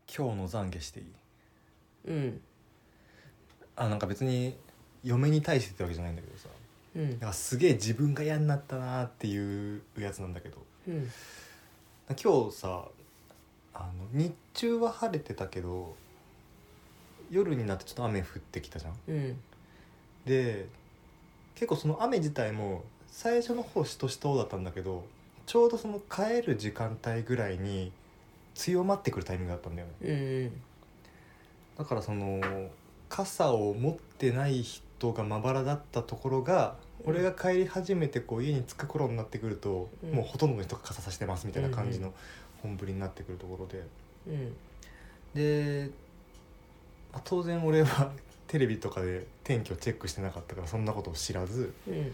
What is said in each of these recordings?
今日の懺悔していい？ うんなんか別に嫁に対してってわけじゃないんだけどさ、 うんなんかすげえ自分が嫌になったなっていうやつなんだけど、 うん今日さ日中は晴れてたけど夜になってちょっと雨降ってきたじゃん。 うんで結構その雨自体も最初の方しとしとだったんだけど、ちょうどその帰る時間帯ぐらいに強まってくるタイミングだったんだよね。 うんだからその傘を持ってない人がまばらだったところが、俺が帰り始めてこう家に着く頃になってくると、もうほとんどの人が傘さしてますみたいな感じの本降りになってくるところで、で、当然俺はテレビとかで天気をチェックしてなかったからそんなことを知らず、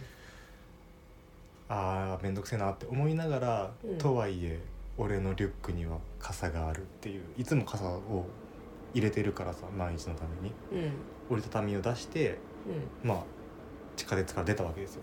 めんどくせえなって思いながら、とはいえ俺のリュックには傘があるっていう、いつも傘を入れてるからさ、万一のために折りたたみを出して、地下鉄から出たわけですよ。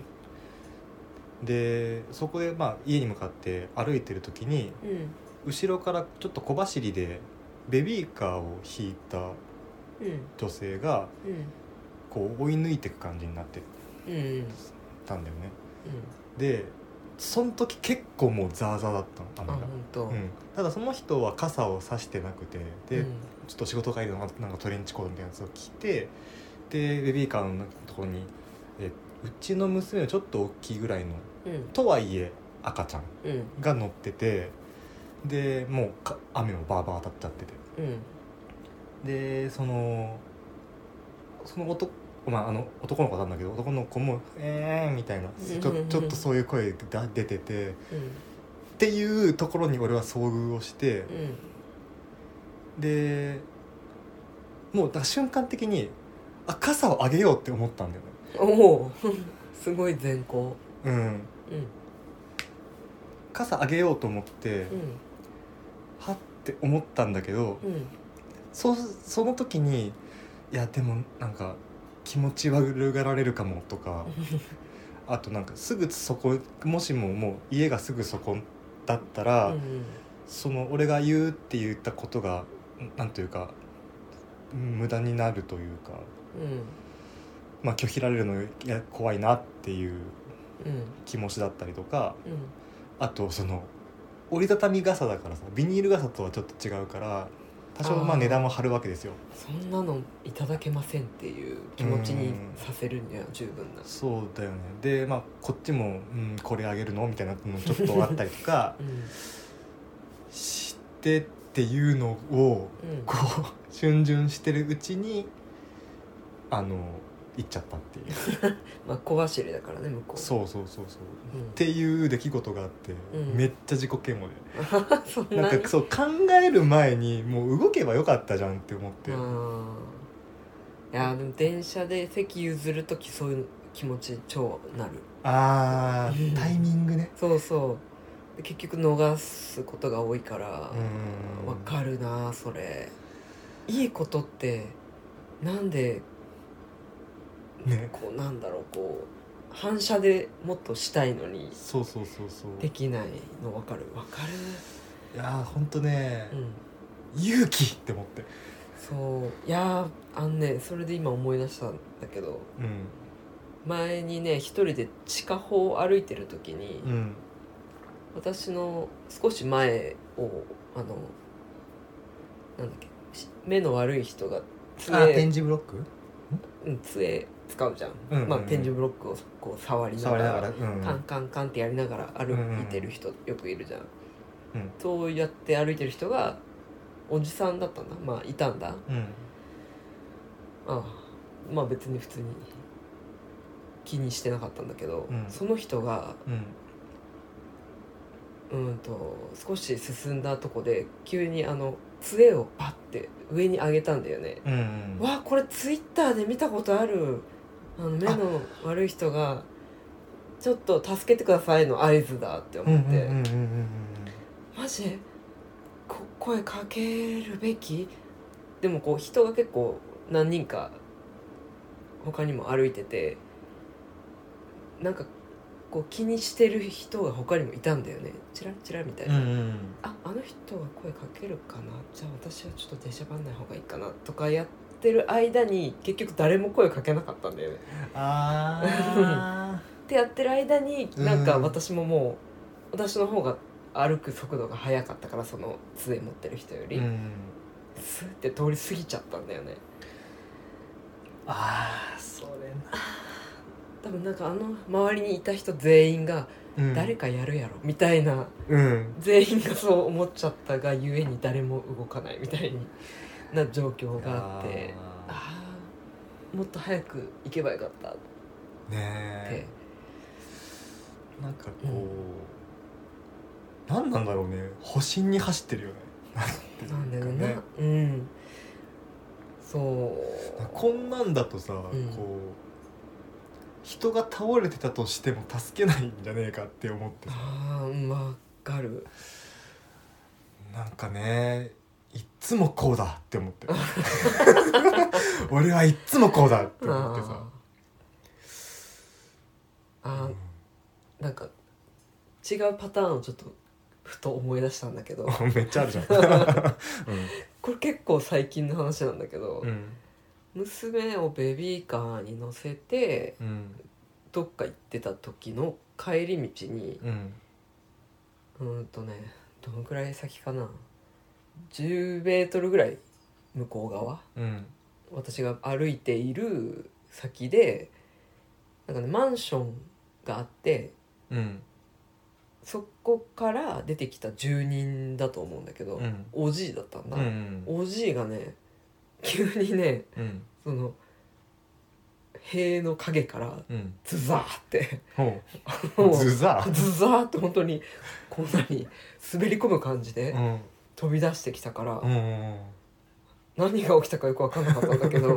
でそこで家に向かって歩いてる時に、後ろからちょっと小走りでベビーカーを引いた女性がこう追い抜いていく感じになってたんだよね。でその時結構もうザーザーだったの、雨が。ただその人は傘を差してなくて、で、ちょっと仕事帰りのなんかトレンチコートみたいなやつを着て、でベビーカーのところにうちの娘はちょっと大きいぐらいの、とはいえ赤ちゃんが乗ってて、でもう雨もバーバー当たっちゃってて、でその男の子なんだけど、男の子もみたいなちょっとそういう声が出てて、っていうところに俺は遭遇をして、でもうだから瞬間的に傘をあげようって思ったんだよね。 おおすごい善行。 傘あげようと思って、はって思ったんだけど、その時にいやでもなんか気持ち悪がられるかもとかあとなんかすぐそこ、もしももう家がすぐそこだったら、その俺が言ったことがなんというか無駄になるというか、拒否られるの怖いなっていう気持ちだったりとか、あとその折りたたみ傘だからさ、ビニール傘とはちょっと違うから多少値段も張るわけですよ。 そんなのいただけませんっていう気持ちにさせるには十分な。 そうだよね。でこっちも、これあげるのみたいなのちょっとあったりとかしてっていうのを、こう逡巡してるうちに行っちゃったっていう小走りだからね向こう。 そう、っていう出来事があって、めっちゃ自己嫌悪でそんなになんかそう考える前にもう動けばよかったじゃんって思って。 いやでも電車で席譲るときそういう気持ち超なる。 タイミングね。 そうで結局逃すことが多いからわかるなそれ。いいことってなんでこうなんだろう、こう反射でもっとしたいのにそうできないの分かる。 いやほんとね、勇気って思って。 そういやそれで今思い出したんだけど、前にね一人で地下歩を歩いてる時に、私の少し前をなんだっけ、目の悪い人が点字ブロック？ 杖使うじゃん。点字ブロックをこう触りながらカンカンカンってやりながら歩いてる人よくいるじゃん。そうやって歩いてる人がおじさんだったんだ。いたんだ。別に普通に気にしてなかったんだけど、その人が少し進んだとこで急に杖をパッて上に上げたんだよね。わあこれツイッターで見たことある。目の悪い人がちょっと助けてくださいの合図だって思って、マジで声かけるべき。でもこう人が結構何人か他にも歩いてて、なんか構気にしてる人が他にもいたんだよね。チラチラみたいな、あの人が声かけるかな、じゃあ私はちょっと出しゃばんない方がいいかなとかやってる間に結局誰も声かけなかったんだよね。ってやってる間になんか私ももう、私の方が歩く速度が速かったから、その杖持ってる人より、スーって通り過ぎちゃったんだよね。 それな。 多分なんか周りにいた人全員が誰かやるやろみたいな、全員がそう思っちゃったがゆえに誰も動かないみたいな状況があって、もっと早く行けばよかったって。 なんかこう、何なんだろうね、保身に走ってるよね。 なんだよね。そうこんなんだとさ、こう人が倒れてたとしても助けないんじゃねえかって思ってさ。 わかる。 なんかね、いっつもこうだって思って俺はいっつもこうだって思ってさ。 なんか違うパターンをちょっとふと思い出したんだけどめっちゃあるじゃん、 これ結構最近の話なんだけど、娘をベビーカーに乗せて、どっか行ってた時の帰り道に、どのくらい先かな、10メートルぐらい向こう側、私が歩いている先でなんかね、マンションがあって、そこから出てきた住人だと思うんだけど、おじいだったんだ、おじいがね急にね、その塀の影からズザーってズザーって本当にこんなに滑り込む感じで飛び出してきたから、何が起きたかよく分かんなかったんだけど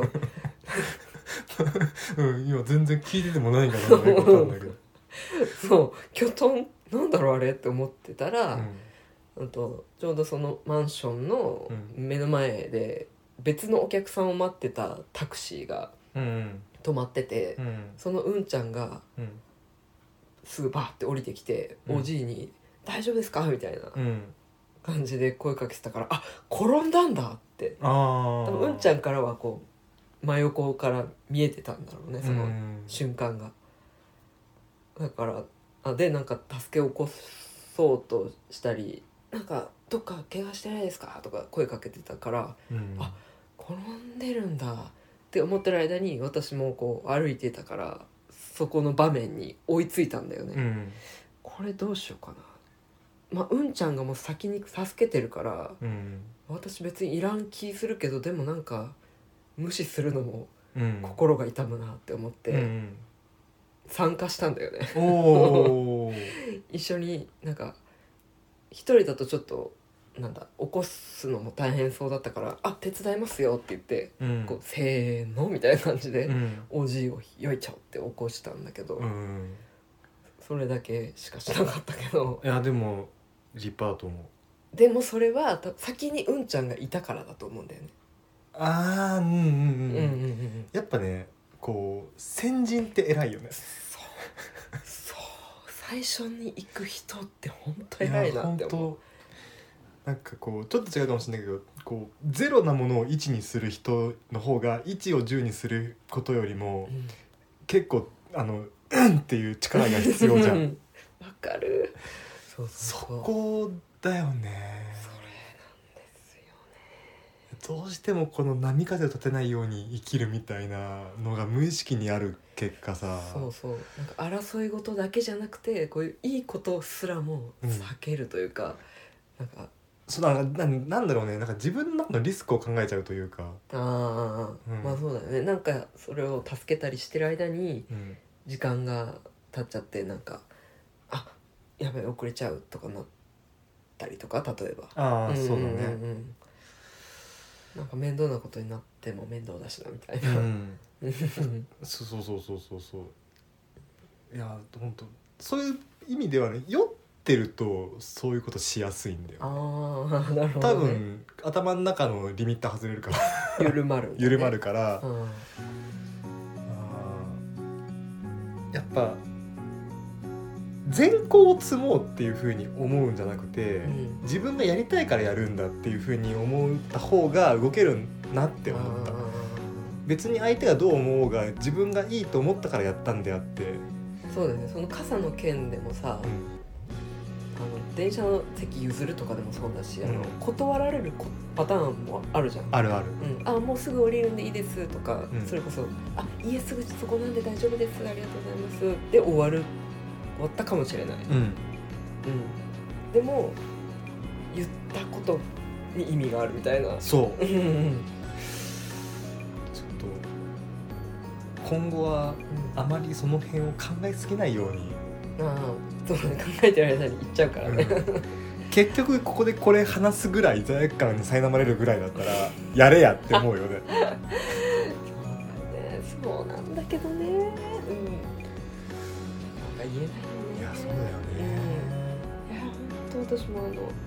今全然聞いてても何かなんだけどそうキョトンなんだろうあれって思ってたら、ちょうどそのマンションの目の前で別のお客さんを待ってたタクシーが止まってて、そのうんちゃんがすぐバーって降りてきて、おじいに「大丈夫ですか?」みたいな感じで声かけてたから、転んだんだって、多分うんちゃんからはこう真横から見えてたんだろうね、その瞬間が。だからでなんか助けを起こそうとしたり、なんかどっか怪我してないですかとか声かけてたから、転んでるんだって思ってる間に私もこう歩いてたから、そこの場面に追いついたんだよね、これどうしようかな、うんちゃんがもう先に助けてるから、私別にいらん気するけど、でもなんか無視するのも心が痛むなって思って、参加したんだよね一緒になんか一人だとちょっとなんだ起こすのも大変そうだったから「手伝いますよ」って言って、こうせーのみたいな感じで、おじいをよいちゃおうって起こしたんだけど、それだけしかしなかったけど、 いやでも立派だと思う。 でもそれは先にうんちゃんがいたからだと思うんだよね。 やっぱね、こう先人って偉いよね。 そう最初に行く人って本当偉いなって思う。 なんかこうちょっと違うかもしれないけど、こうゼロなものを1にする人の方が1を10にすることよりも、結構っていう力が必要じゃん。 わかる。 そこだよね。 それなんですよね。 どうしてもこの波風を立てないように生きるみたいなのが無意識にある結果さ、 なんか争い事だけじゃなくて、こういういいことすらも避けるというか、なんかなんだろうね、なんか自分の中のリスクを考えちゃうというか、 そうだよね。なんかそれを助けたりしてる間に時間が経っちゃって、なんかやべえ遅れちゃうとかなったりとか、例えばそうだね、 なんか面倒なことになっても面倒だしなみたいな、 そういや本当そういう意味ではね、酔ってるとそういうことしやすいんだよね。 なるほどね。 多分頭の中のリミッター外れるから緩まる、 緩まるから、やっぱ善行を積もうっていう風に思うんじゃなくて、自分がやりたいからやるんだっていう風に思った方が動けるなって思った。別に相手がどう思おうが自分がいいと思ったからやったんであって。 そうですね。その傘の件でもさ、電車の席譲るとかでもそうだし、断られるパターンもあるじゃん。 あるある、 もうすぐ降りるんでいいですとか、それこそ家すぐそこなんで大丈夫です、ありがとうございますで終わったかもしれない、でも言ったことに意味があるみたいな。 そうちょっと今後はあまりその辺を考えすぎないように。 そうね、考えてる間に行っちゃうからね、 結局ここでこれ話すぐらい罪悪感に苛まれるぐらいだったらやれやって思うよね。 そうなんだけどね、なんか言えないよね。 いや、そうだよね。 いや、本当私も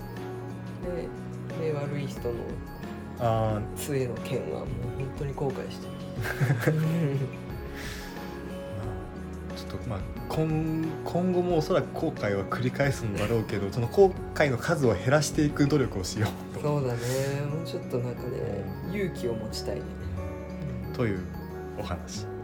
目悪い人の杖の件はもう本当に後悔してる。 ちょっと今後もおそらく後悔は繰り返すんだろうけど、その後悔の数を減らしていく努力をしようと。 そうだね、もうちょっとなんかね、勇気を持ちたいね、 というお話。